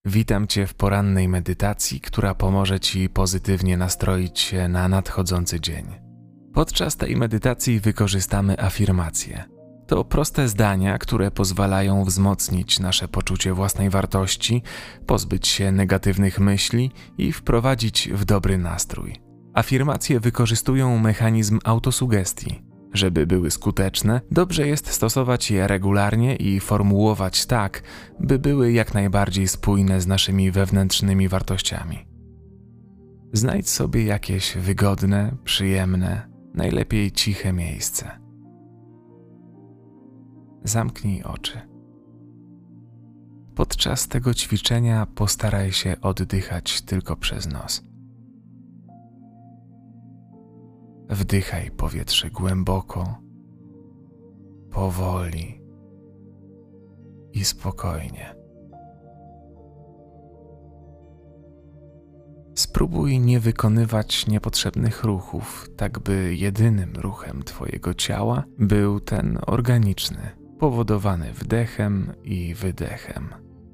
Witam Cię w porannej medytacji, która pomoże Ci pozytywnie nastroić się na nadchodzący dzień. Podczas tej medytacji wykorzystamy afirmacje. To proste zdania, które pozwalają wzmocnić nasze poczucie własnej wartości, pozbyć się negatywnych myśli i wprowadzić w dobry nastrój. Afirmacje wykorzystują mechanizm autosugestii. Żeby były skuteczne, dobrze jest stosować je regularnie i formułować tak, by były jak najbardziej spójne z naszymi wewnętrznymi wartościami. Znajdź sobie jakieś wygodne, przyjemne, najlepiej ciche miejsce. Zamknij oczy. Podczas tego ćwiczenia postaraj się oddychać tylko przez nos. Wdychaj powietrze głęboko, powoli i spokojnie. Spróbuj nie wykonywać niepotrzebnych ruchów, tak by jedynym ruchem Twojego ciała był ten organiczny, powodowany wdechem i wydechem.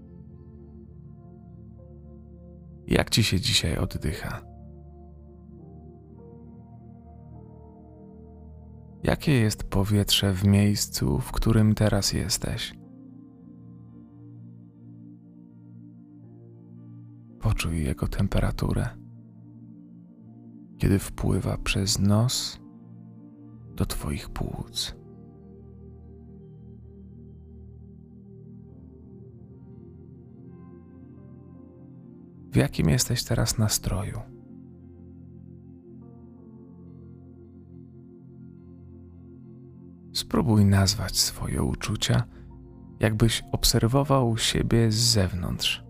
Jak Ci się dzisiaj oddycha? Jakie jest powietrze w miejscu, w którym teraz jesteś? Poczuj jego temperaturę, kiedy wpływa przez nos do Twoich płuc. W jakim jesteś teraz nastroju? Spróbuj nazwać swoje uczucia, jakbyś obserwował siebie z zewnątrz.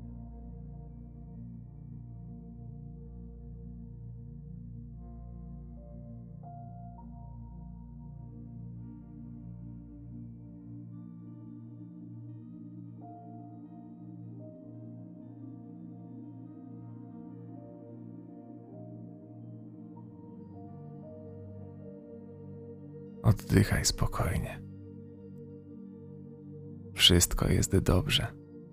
Oddychaj spokojnie. Wszystko jest dobrze.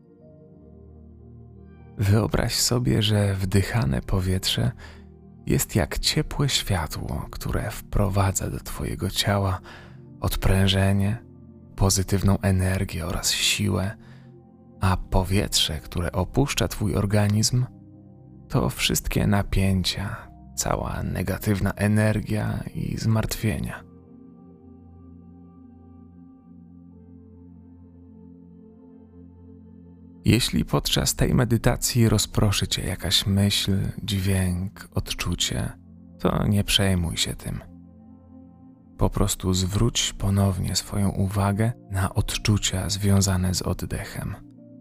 Wyobraź sobie, że wdychane powietrze jest jak ciepłe światło, które wprowadza do Twojego ciała odprężenie, pozytywną energię oraz siłę, a powietrze, które opuszcza Twój organizm, to wszystkie napięcia, cała negatywna energia i zmartwienia. Jeśli podczas tej medytacji rozproszy Cię jakaś myśl, dźwięk, odczucie, to nie przejmuj się tym. Po prostu zwróć ponownie swoją uwagę na odczucia związane z oddechem.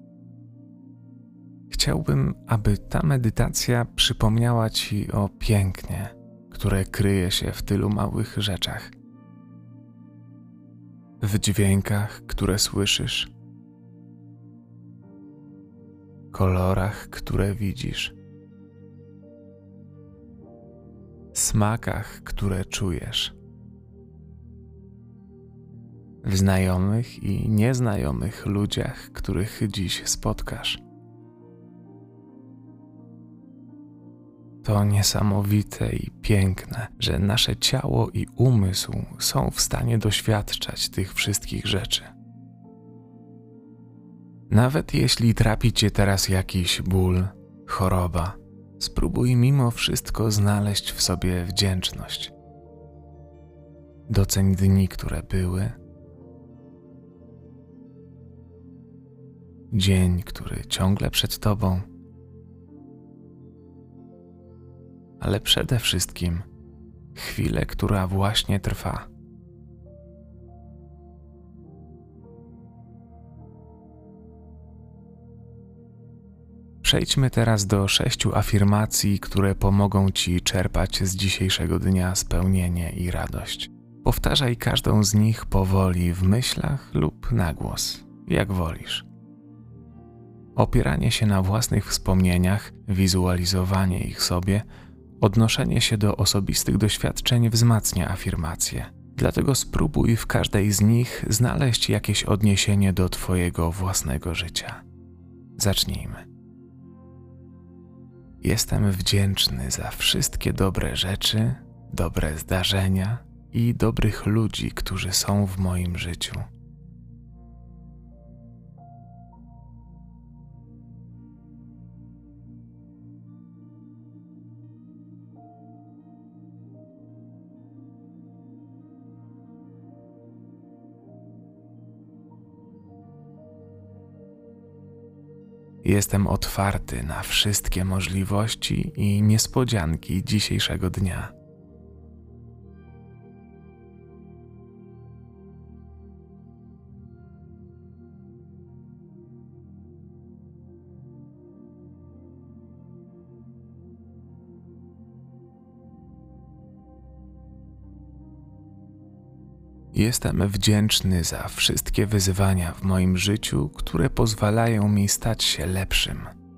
Chciałbym, aby ta medytacja przypomniała Ci o pięknie, które kryje się w tylu małych rzeczach. W dźwiękach, które słyszysz, kolorach, które widzisz, smakach, które czujesz, w znajomych i nieznajomych ludziach, których dziś spotkasz. To niesamowite i piękne, że nasze ciało i umysł są w stanie doświadczać tych wszystkich rzeczy. Nawet jeśli trapi Cię teraz jakiś ból, choroba, spróbuj mimo wszystko znaleźć w sobie wdzięczność. Doceń dni, które były, dzień, który ciągle przed Tobą, ale przede wszystkim chwilę, która właśnie trwa. Przejdźmy teraz do 6 afirmacji, które pomogą Ci czerpać z dzisiejszego dnia spełnienie i radość. Powtarzaj każdą z nich powoli w myślach lub na głos, jak wolisz. Opieranie się na własnych wspomnieniach, wizualizowanie ich sobie, odnoszenie się do osobistych doświadczeń wzmacnia afirmacje. Dlatego spróbuj w każdej z nich znaleźć jakieś odniesienie do Twojego własnego życia. Zacznijmy. Jestem wdzięczny za wszystkie dobre rzeczy, dobre zdarzenia i dobrych ludzi, którzy są w moim życiu. Jestem otwarty na wszystkie możliwości i niespodzianki dzisiejszego dnia. Jestem wdzięczny za wszystkie wyzwania w moim życiu, które pozwalają mi stać się lepszym.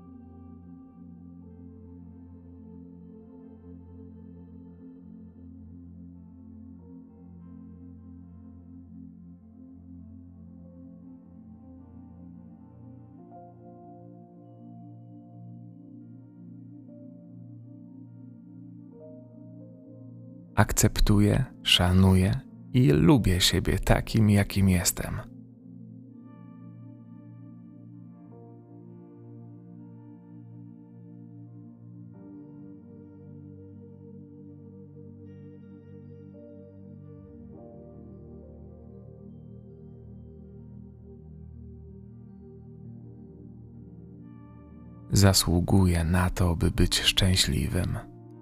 Akceptuję, szanuję i lubię siebie takim, jakim jestem. Zasługuję na to, by być szczęśliwym.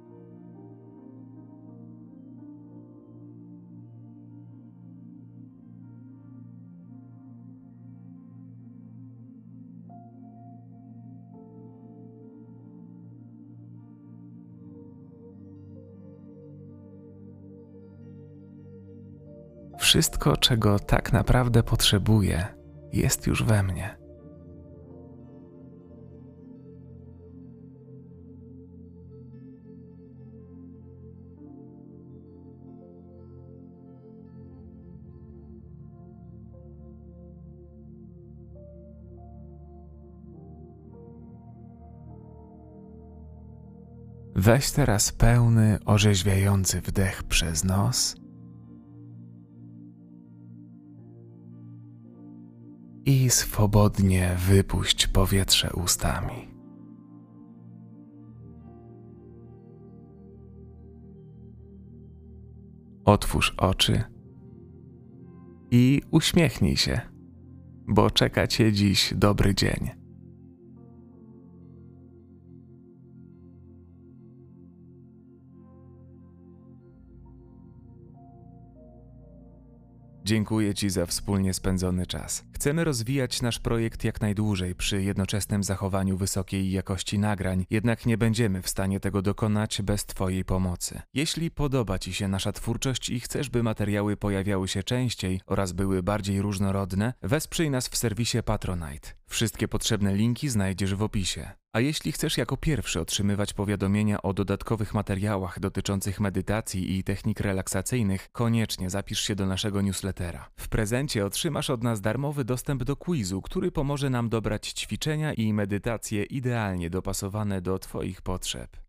Wszystko, czego tak naprawdę potrzebuję, jest już we mnie. Weź teraz pełny, orzeźwiający wdech przez nos i swobodnie wypuść powietrze ustami. Otwórz oczy i uśmiechnij się, bo czeka Cię dziś dobry dzień. Dziękuję Ci za wspólnie spędzony czas. Chcemy rozwijać nasz projekt jak najdłużej przy jednoczesnym zachowaniu wysokiej jakości nagrań, jednak nie będziemy w stanie tego dokonać bez Twojej pomocy. Jeśli podoba Ci się nasza twórczość i chcesz, by materiały pojawiały się częściej oraz były bardziej różnorodne, wesprzyj nas w serwisie Patronite. Wszystkie potrzebne linki znajdziesz w opisie. A jeśli chcesz jako pierwszy otrzymywać powiadomienia o dodatkowych materiałach dotyczących medytacji i technik relaksacyjnych, koniecznie zapisz się do naszego newslettera. W prezencie otrzymasz od nas darmowy dostęp do quizu, który pomoże nam dobrać ćwiczenia i medytacje idealnie dopasowane do Twoich potrzeb.